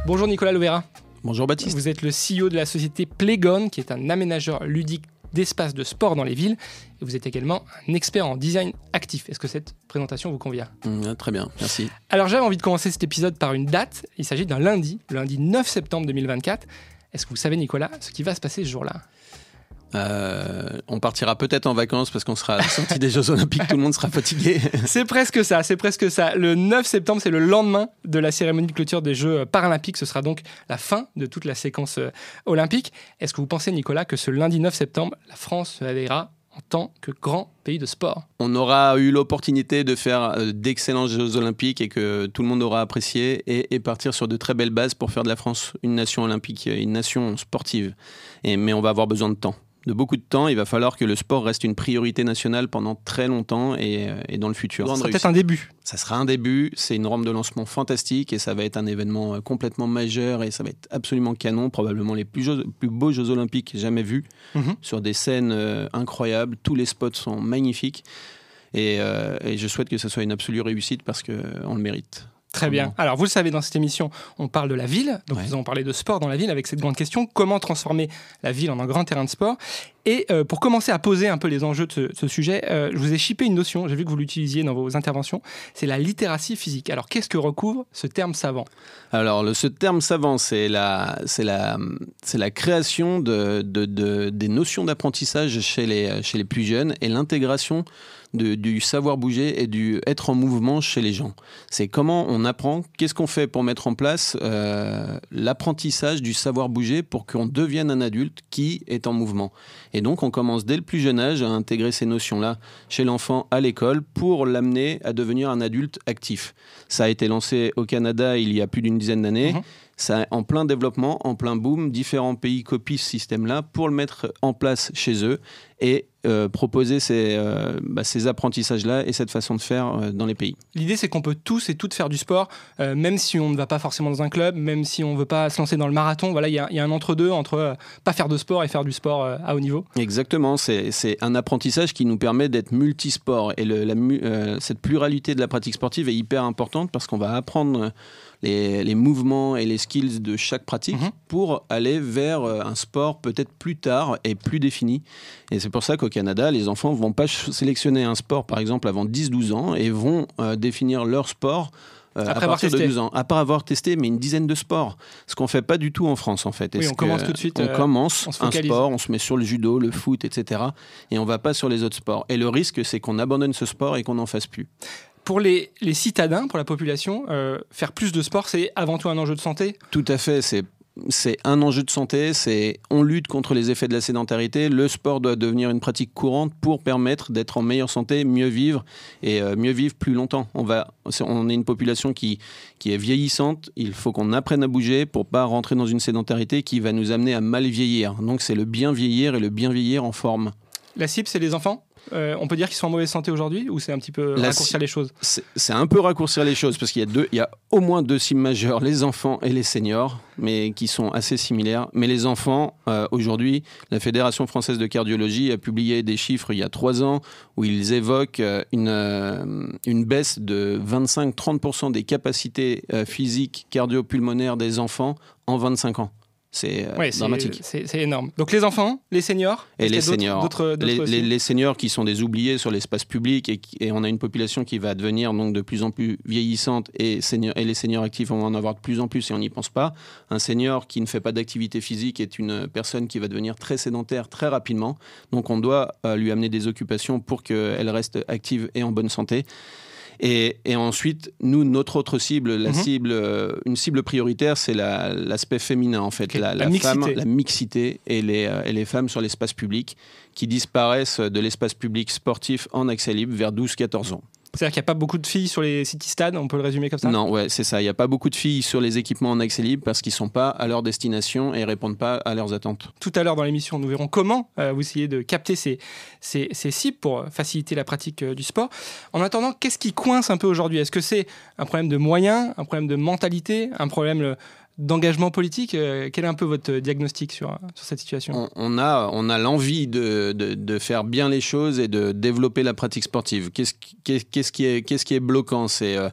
Bonjour Nicolas Lovera. Bonjour Baptiste. Vous êtes le CEO de la société Playgon, qui est un aménageur ludique d'espaces de sport dans les villes. Et vous êtes également un expert en design actif. Est-ce que cette présentation vous convient ? Très bien, merci. Alors j'avais envie de commencer cet épisode par une date. Il s'agit d'un lundi, le lundi 9 septembre 2024. Est-ce que vous savez, Nicolas, ce qui va se passer ce jour-là ? On partira peut-être en vacances parce qu'on sera à la sortie des Jeux Olympiques, tout le monde sera fatigué. C'est presque ça. Le 9 septembre, c'est le lendemain de la cérémonie de clôture des Jeux Paralympiques. Ce sera donc la fin de toute la séquence olympique. Est-ce que vous pensez, Nicolas, que ce lundi 9 septembre, la France se réveillera en tant que grand pays de sport ? On aura eu l'opportunité de faire d'excellents Jeux Olympiques et que tout le monde aura apprécié et partir sur de très belles bases pour faire de la France une nation olympique, une nation sportive. Mais on va avoir besoin de temps. De beaucoup de temps, il va falloir que le sport reste une priorité nationale pendant très longtemps et dans le futur. Ça sera peut-être un début. Ça sera un début, c'est une rampe de lancement fantastique et ça va être un événement complètement majeur et ça va être absolument canon, probablement les plus beaux Jeux Olympiques jamais vus, sur des scènes incroyables, tous les spots sont magnifiques et je souhaite que ce soit une absolue réussite parce qu'on le mérite. Très bien. Alors, vous le savez, dans cette émission, on parle de la ville. Donc, nous allons parler de sport dans la ville avec cette grande question. Comment transformer la ville en un grand terrain de sport ? Et pour commencer à poser un peu les enjeux de ce sujet, je vous ai chippé une notion, j'ai vu que vous l'utilisiez dans vos interventions, c'est la littératie physique. Alors, qu'est-ce que recouvre ce terme savant ? Alors, ce terme savant, c'est la création des notions d'apprentissage chez les plus jeunes et l'intégration du savoir bouger et du être en mouvement chez les gens. C'est comment on apprend, qu'est-ce qu'on fait pour mettre en place l'apprentissage du savoir bouger pour qu'on devienne un adulte qui est en mouvement. Et donc, on commence dès le plus jeune âge à intégrer ces notions-là chez l'enfant à l'école pour l'amener à devenir un adulte actif. Ça a été lancé au Canada il y a plus d'une dizaine d'années. Ça est en plein développement, en plein boom. Différents pays copient ce système-là pour le mettre en place chez eux et proposer ces apprentissages-là et cette façon de faire dans les pays. L'idée, c'est qu'on peut tous et toutes faire du sport, même si on ne va pas forcément dans un club, même si on ne veut pas se lancer dans le marathon. Voilà, il y a un entre-deux entre pas faire de sport et faire du sport à haut niveau. Exactement, c'est un apprentissage qui nous permet d'être multisport. Et cette pluralité de la pratique sportive est hyper importante parce qu'on va apprendre les mouvements et les skills de chaque pratique pour aller vers un sport peut-être plus tard et plus défini. Et c'est pour ça qu'au Canada, les enfants ne vont pas sélectionner un sport, par exemple, avant 10-12 ans et vont définir leur sport à partir de 12 ans. Après avoir testé, mais une dizaine de sports. Ce qu'on ne fait pas du tout en France, en fait. On commence tout de suite. On commence un sport, on se met sur le judo, le foot, etc. Et on ne va pas sur les autres sports. Et le risque, c'est qu'on abandonne ce sport et qu'on n'en fasse plus. Pour les citadins, pour la population, faire plus de sport, c'est avant tout un enjeu de santé ? Tout à fait, c'est un enjeu de santé, on lutte contre les effets de la sédentarité. Le sport doit devenir une pratique courante pour permettre d'être en meilleure santé, mieux vivre et mieux vivre plus longtemps. On est une population qui est vieillissante. Il faut qu'on apprenne à bouger pour pas rentrer dans une sédentarité qui va nous amener à mal vieillir. Donc c'est le bien vieillir et le bien vieillir en forme. La cible, c'est les enfants ? On peut dire qu'ils sont en mauvaise santé aujourd'hui ou c'est un petit peu raccourcir les choses ? C'est un peu raccourcir les choses parce qu'il y a au moins deux cibles majeures, les enfants et les seniors, mais qui sont assez similaires. Mais les enfants, aujourd'hui, la Fédération française de cardiologie a publié des chiffres il y a 3 ans où ils évoquent une baisse de 25-30% des capacités physiques cardio-pulmonaires des enfants en 25 ans. C'est dramatique. C'est énorme. Donc les enfants, les seniors et les seniors. Les seniors qui sont des oubliés sur l'espace public et on a une population qui va devenir donc de plus en plus vieillissante et les seniors actifs on va en avoir de plus en plus et on n'y pense pas. Un senior qui ne fait pas d'activité physique est une personne qui va devenir très sédentaire très rapidement. Donc on doit lui amener des occupations pour qu'elle reste active et en bonne santé. Et ensuite, nous, notre autre cible, une cible prioritaire, c'est l'aspect féminin, en fait. La femme, la mixité et les femmes sur l'espace public qui disparaissent de l'espace public sportif en accès libre vers 12-14 ans. C'est-à-dire qu'il n'y a pas beaucoup de filles sur les city-stades, on peut le résumer comme ça ? Non, ouais, c'est ça. Il n'y a pas beaucoup de filles sur les équipements en accès libre parce qu'ils ne sont pas à leur destination et ne répondent pas à leurs attentes. Tout à l'heure dans l'émission, nous verrons comment vous essayez de capter ces cibles pour faciliter la pratique du sport. En attendant, qu'est-ce qui coince un peu aujourd'hui ? Est-ce que c'est un problème de moyens, un problème de mentalité, un problème d'engagement politique? Quel est un peu votre diagnostic sur cette situation? On a l'envie de faire bien les choses et de développer la pratique sportive. Qu'est-ce qui est bloquant?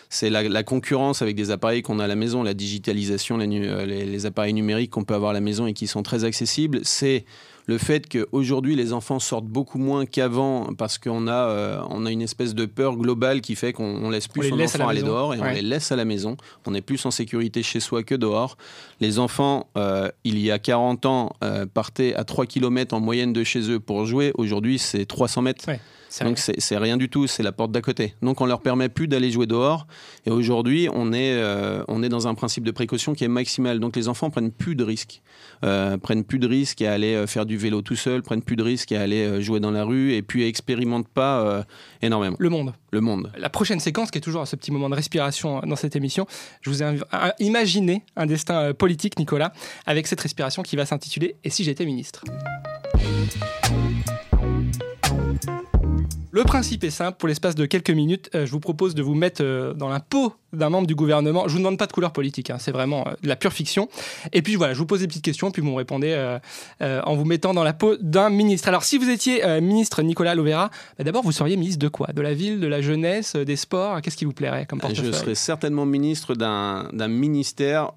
C'est la concurrence avec des appareils qu'on a à la maison, la digitalisation, les appareils numériques qu'on peut avoir à la maison et qui sont très accessibles. C'est le fait qu'aujourd'hui, les enfants sortent beaucoup moins qu'avant parce qu'on a une espèce de peur globale qui fait qu'on laisse plus son enfant aller dehors et on les laisse à la maison. On est plus en sécurité chez soi que dehors. Les enfants, il y a 40 ans, partaient à 3 km en moyenne de chez eux pour jouer. Aujourd'hui, c'est 300 mètres. Ouais. Donc c'est rien du tout, c'est la porte d'à côté. Donc on leur permet plus d'aller jouer dehors. Et aujourd'hui, on est dans un principe de précaution qui est maximal. Donc les enfants prennent plus de risques, à aller faire du vélo tout seul, prennent plus de risques à aller jouer dans la rue et puis expérimentent pas énormément. Le monde. La prochaine séquence, qui est toujours à ce petit moment de respiration dans cette émission, je vous ai imaginé un destin politique, Nicolas, avec cette respiration qui va s'intituler « Et si j'étais ministre ?» Le principe est simple, pour l'espace de quelques minutes, je vous propose de vous mettre dans la peau d'un membre du gouvernement. Je ne vous demande pas de couleur politique, c'est vraiment de la pure fiction. Et puis voilà, je vous pose des petites questions, puis vous me répondez en vous mettant dans la peau d'un ministre. Alors si vous étiez ministre Nicolas Lovera, d'abord vous seriez ministre de quoi ? De la ville, de la jeunesse, des sports ? Qu'est-ce qui vous plairait comme portefeuille ? Je serais certainement ministre d'un ministère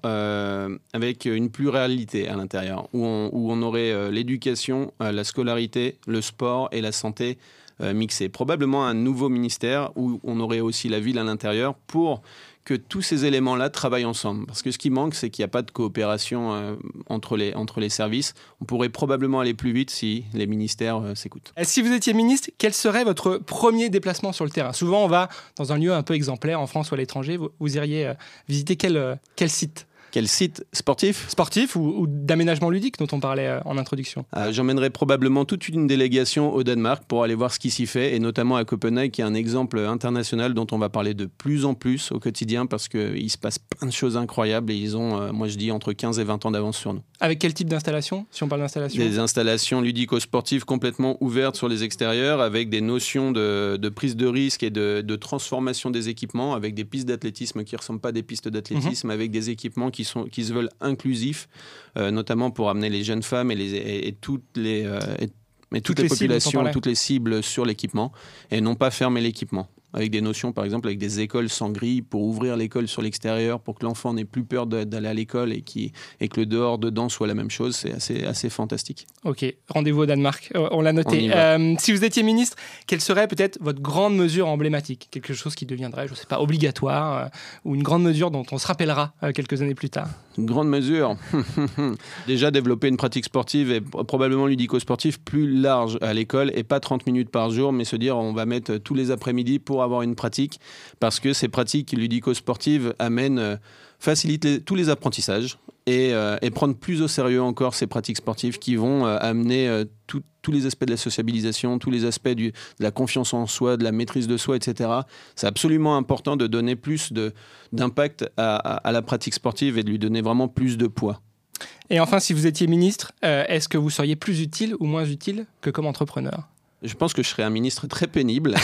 avec une pluralité à l'intérieur, où on aurait l'éducation, la scolarité, le sport et la santé mixés. Probablement un nouveau ministère où on aurait aussi la ville à l'intérieur pour que tous ces éléments-là travaillent ensemble. Parce que ce qui manque, c'est qu'il n'y a pas de coopération entre les services. On pourrait probablement aller plus vite si les ministères s'écoutent. Si vous étiez ministre, quel serait votre premier déplacement sur le terrain ? Souvent, on va dans un lieu un peu exemplaire en France ou à l'étranger. Vous iriez visiter quel site ? Quel site sportif ? Sportif ou d'aménagement ludique dont on parlait en introduction. J'emmènerai probablement toute une délégation au Danemark pour aller voir ce qui s'y fait, et notamment à Copenhague, qui est un exemple international dont on va parler de plus en plus au quotidien parce qu'il se passe plein de choses incroyables et ils ont, moi je dis, entre 15 et 20 ans d'avance sur nous. Avec quel type d'installation, si on parle d'installation ? Des installations ludico-sportives complètement ouvertes sur les extérieurs, avec des notions de prise de risque et de transformation des équipements, avec des pistes d'athlétisme qui ne ressemblent pas à des pistes d'athlétisme, avec des équipements qui se veulent inclusifs, notamment pour amener les jeunes femmes et toutes les populations, toutes les cibles sur l'équipement, et non pas fermer l'équipement. Avec des notions, par exemple, avec des écoles sans grille pour ouvrir l'école sur l'extérieur, pour que l'enfant n'ait plus peur d'aller à l'école et que le dehors-dedans soit la même chose. C'est assez fantastique. Ok, rendez-vous au Danemark, on l'a noté. Si vous étiez ministre, quelle serait peut-être votre grande mesure emblématique ? Quelque chose qui deviendrait, je ne sais pas, obligatoire, ou une grande mesure dont on se rappellera quelques années plus tard ? Une grande mesure. Déjà, développer une pratique sportive et probablement ludico-sportive plus large à l'école et pas 30 minutes par jour, mais se dire on va mettre tous les après-midi pour avoir une pratique, parce que ces pratiques ludico-sportives facilitent tous les apprentissages et prendre plus au sérieux encore ces pratiques sportives qui vont amener tous les aspects de la sociabilisation, tous les aspects de la confiance en soi, de la maîtrise de soi, etc. C'est absolument important de donner plus d'impact à la pratique sportive et de lui donner vraiment plus de poids. Et enfin, si vous étiez ministre, est-ce que vous seriez plus utile ou moins utile que comme entrepreneur ? Je pense que je serais un ministre très pénible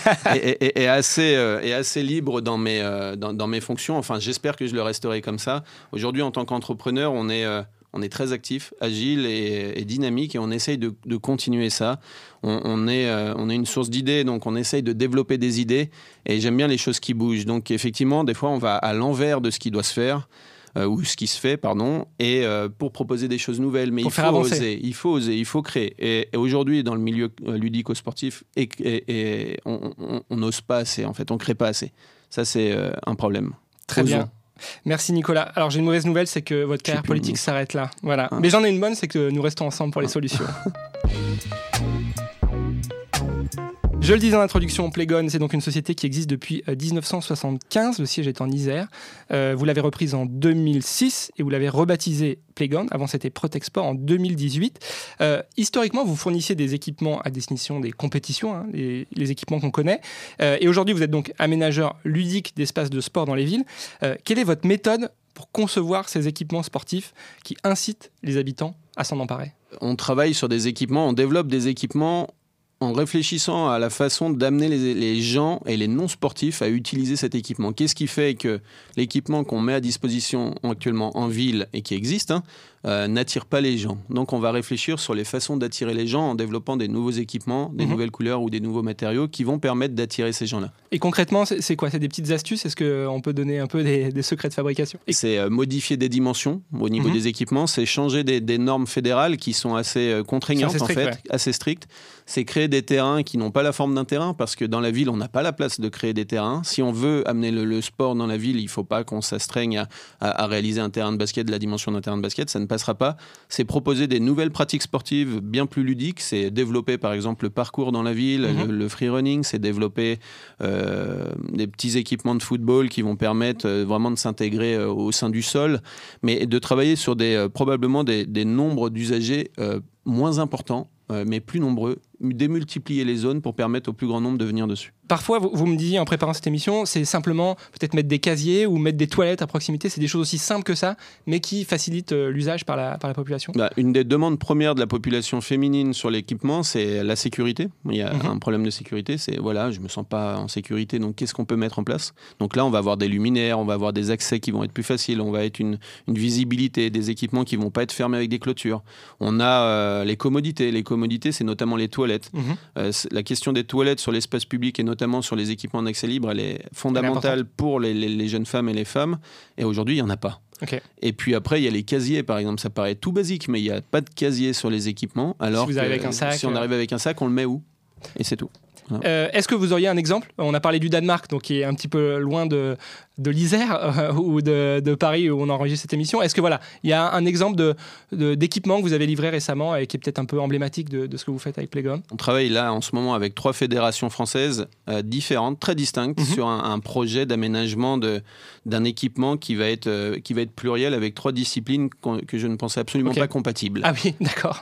et assez libre dans mes fonctions. Enfin, j'espère que je le resterai comme ça. Aujourd'hui, en tant qu'entrepreneur, on est très actif, agile et dynamique, et on essaye de continuer ça. On est une source d'idées, donc on essaye de développer des idées, et j'aime bien les choses qui bougent. Donc effectivement, des fois, on va à l'envers de ce qui doit se faire. Ou ce qui se fait, et pour proposer des choses nouvelles. Mais il faut oser, il faut créer. Et aujourd'hui, dans le milieu ludico-sportif, on n'ose pas assez, en fait, on ne crée pas assez. Ça, c'est un problème. Très bien. Merci Nicolas. Alors j'ai une mauvaise nouvelle, c'est que votre carrière politique s'arrête là. Voilà. Mais j'en ai une bonne, c'est que nous restons ensemble pour les solutions. Je le disais en introduction, Playgon, c'est donc une société qui existe depuis 1975. Le siège est en Isère. Vous l'avez reprise en 2006 et vous l'avez rebaptisée Playgon. Avant, c'était Protexport en 2018. Historiquement, vous fournissiez des équipements à destination des compétitions, les équipements qu'on connaît. Et aujourd'hui, vous êtes donc aménageur ludique d'espaces de sport dans les villes. Quelle est votre méthode pour concevoir ces équipements sportifs qui incitent les habitants à s'en emparer ? On travaille sur des équipements, on développe des équipements en réfléchissant à la façon d'amener les gens et les non-sportifs à utiliser cet équipement. Qu'est-ce qui fait que l'équipement qu'on met à disposition actuellement en ville et qui existe, n'attire pas les gens. Donc on va réfléchir sur les façons d'attirer les gens en développant des nouveaux équipements, des nouvelles couleurs ou des nouveaux matériaux qui vont permettre d'attirer ces gens-là. Et concrètement, c'est quoi? C'est des petites astuces? Est-ce qu'on peut donner un peu des secrets de fabrication? C'est modifier des dimensions au niveau des équipements, c'est changer des normes fédérales qui sont assez contraignantes, assez strictes. C'est créer des terrains qui n'ont pas la forme d'un terrain, parce que dans la ville, on n'a pas la place de créer des terrains. Si on veut amener le sport dans la ville, il ne faut pas qu'on s'astreigne à réaliser un terrain de basket de la dimension d'un terrain de basket, ça ne passera pas. C'est proposer des nouvelles pratiques sportives bien plus ludiques, c'est développer par exemple le parcours dans la ville, le free running, c'est développer des petits équipements de football qui vont permettre vraiment de s'intégrer au sein du sol, mais de travailler sur probablement des nombres d'usagers moins importants, mais plus nombreux, démultiplier les zones pour permettre au plus grand nombre de venir dessus. Parfois, vous me disiez en préparant cette émission, c'est simplement peut-être mettre des casiers ou mettre des toilettes à proximité. C'est des choses aussi simples que ça, mais qui facilitent l'usage par la population. Une des demandes premières de la population féminine sur l'équipement, c'est la sécurité. Il y a un problème de sécurité, c'est voilà, je me sens pas en sécurité, donc qu'est-ce qu'on peut mettre en place? Donc là, on va avoir des luminaires, on va avoir des accès qui vont être plus faciles, on va être une visibilité, des équipements qui vont pas être fermés avec des clôtures. On a les commodités. Les commodités, c'est notamment les toilettes. La question des toilettes sur l'espace public et notamment sur les équipements en accès libre, elle est fondamentale pour les jeunes femmes et les femmes. Et aujourd'hui, il n'y en a pas. Okay. Et puis après, il y a les casiers, par exemple. Ça paraît tout basique, mais il n'y a pas de casier sur les équipements. Alors si on arrive avec un sac, on le met où? Et c'est tout. Est-ce que vous auriez un exemple? On a parlé du Danemark, donc qui est un petit peu loin de l'Isère ou de Paris où on enregistre cette émission. Est-ce que il y a un exemple d'équipement que vous avez livré récemment et qui est peut-être un peu emblématique de ce que vous faites avec Playground? On travaille là en ce moment avec 3 fédérations françaises différentes, très distinctes, sur un projet d'aménagement d'un équipement qui va être pluriel avec 3 disciplines que je ne pensais absolument pas compatibles. Ah oui, d'accord.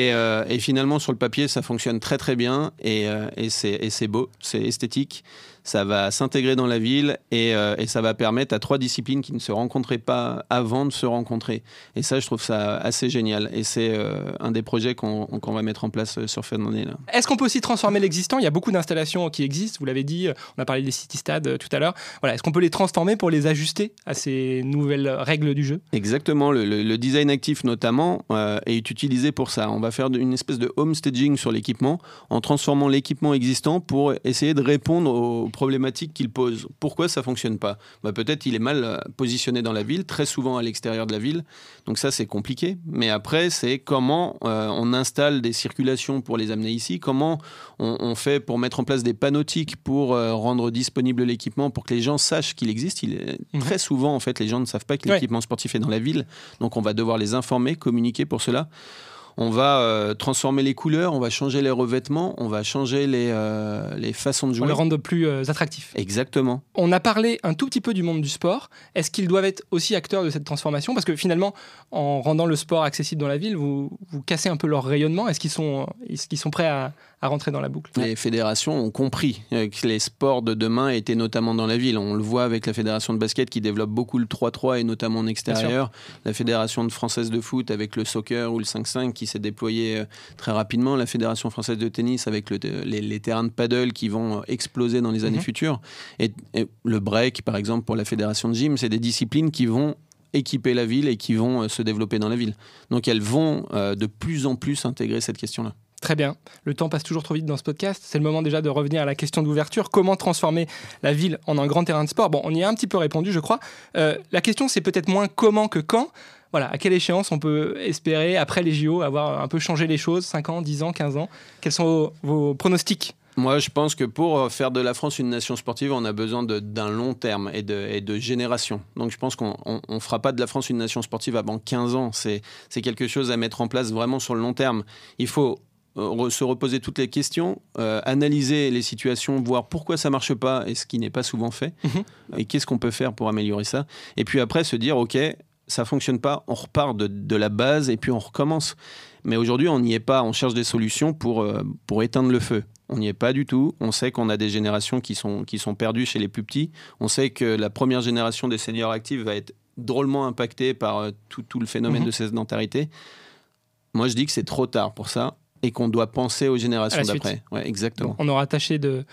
Et finalement, sur le papier, ça fonctionne très très bien et c'est beau, c'est esthétique. Ça va s'intégrer dans la ville et ça va permettre à 3 disciplines qui ne se rencontraient pas avant de se rencontrer. Et ça, je trouve ça assez génial. Et c'est un des projets qu'on va mettre en place sur Fernandez. Est-ce qu'on peut aussi transformer l'existant? Il y a beaucoup d'installations qui existent, vous l'avez dit, on a parlé des city-stades tout à l'heure. Est-ce qu'on peut les transformer pour les ajuster à ces nouvelles règles du jeu? Exactement, le design actif notamment est utilisé pour ça. On va faire une espèce de home staging sur l'équipement en transformant l'équipement existant pour essayer de répondre aux problématiques qu'il pose. Pourquoi ça ne fonctionne pas? Peut-être il est mal positionné dans la ville, très souvent à l'extérieur de la ville, donc ça c'est compliqué. Mais après, c'est comment on installe des circulations pour les amener ici, comment on fait pour mettre en place des panotiques pour rendre disponible l'équipement, pour que les gens sachent qu'il existe. Très souvent, en fait, les gens ne savent pas que l'équipement sportif est dans la ville, donc on va devoir les informer, communiquer pour cela. On va transformer les couleurs, on va changer les revêtements, on va changer les façons de jouer. On les rendre plus attractifs. Exactement. On a parlé un tout petit peu du monde du sport. Est-ce qu'ils doivent être aussi acteurs de cette transformation? Parce que finalement, en rendant le sport accessible dans la ville, vous cassez un peu leur rayonnement. Est-ce qu'ils sont prêts à rentrer dans la boucle? Les fédérations ont compris que les sports de demain étaient notamment dans la ville. On le voit avec la fédération de basket qui développe beaucoup le 3-3 et notamment en extérieur. La fédération française de foot avec le soccer ou le 5-5 qui s'est déployé très rapidement. La fédération française de tennis avec les terrains de paddle qui vont exploser dans les années futures. Et le break, par exemple, pour la fédération de gym, c'est des disciplines qui vont équiper la ville et qui vont se développer dans la ville. Donc elles vont de plus en plus intégrer cette question-là. Très bien. Le temps passe toujours trop vite dans ce podcast. C'est le moment déjà de revenir à la question d'ouverture. Comment transformer la ville en un grand terrain de sport? Bon, on y a un petit peu répondu, je crois. La question, c'est peut-être moins comment que quand. À quelle échéance on peut espérer, après les JO, avoir un peu changé les choses? 5 ans, 10 ans, 15 ans? Quels sont vos pronostics? Moi, je pense que pour faire de la France une nation sportive, on a besoin d'un long terme et de générations. Donc, je pense qu'on ne fera pas de la France une nation sportive avant 15 ans. C'est quelque chose à mettre en place vraiment sur le long terme. Il faut se reposer toutes les questions, analyser les situations, voir pourquoi ça ne marche pas et ce qui n'est pas souvent fait. Et qu'est-ce qu'on peut faire pour améliorer ça? Et puis après, se dire, OK, ça ne fonctionne pas, on repart de la base et puis on recommence. Mais aujourd'hui, on n'y est pas. On cherche des solutions pour éteindre le feu. On n'y est pas du tout. On sait qu'on a des générations qui sont perdues chez les plus petits. On sait que la première génération des seniors actifs va être drôlement impactée par tout le phénomène de sédentarité. Moi, je dis que c'est trop tard pour ça et qu'on doit penser aux générations d'après. Ouais, exactement. Bon, on aura tâché de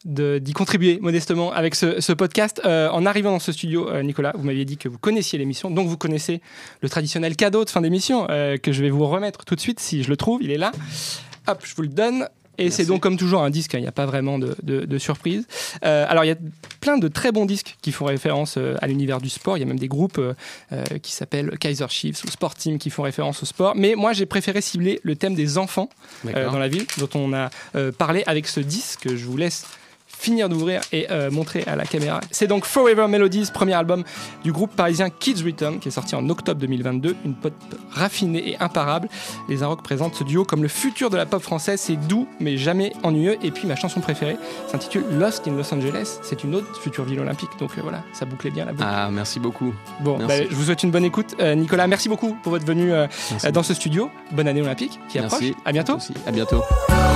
d'y contribuer modestement avec ce podcast. En arrivant dans ce studio, Nicolas, vous m'aviez dit que vous connaissiez l'émission, donc vous connaissez le traditionnel cadeau de fin d'émission que je vais vous remettre tout de suite si je le trouve. Il est là. Hop, je vous le donne. Et Merci. c'est donc comme toujours un disque, il n'y a pas vraiment de surprise. Alors il y a plein de très bons disques qui font référence à l'univers du sport. Il y a même des groupes qui s'appellent Kaiser Chiefs ou Sport Team qui font référence au sport. Mais moi j'ai préféré cibler le thème des enfants dans la ville, dont on a parlé avec ce disque que je vous laisse finir d'ouvrir et montrer à la caméra. C'est donc Forever Melodies, premier album du groupe parisien Kids Return, qui est sorti en octobre 2022, une pop raffinée et imparable. Les Inrocks présentent ce duo comme le futur de la pop française, c'est doux mais jamais ennuyeux. Et puis ma chanson préférée s'intitule Lost in Los Angeles, c'est une autre future ville olympique, donc voilà, ça bouclait bien la boucle. Ah, merci beaucoup. Bon, je vous souhaite une bonne écoute. Nicolas, merci beaucoup pour votre venue dans ce studio. Bonne année olympique qui approche. À bientôt. À bientôt.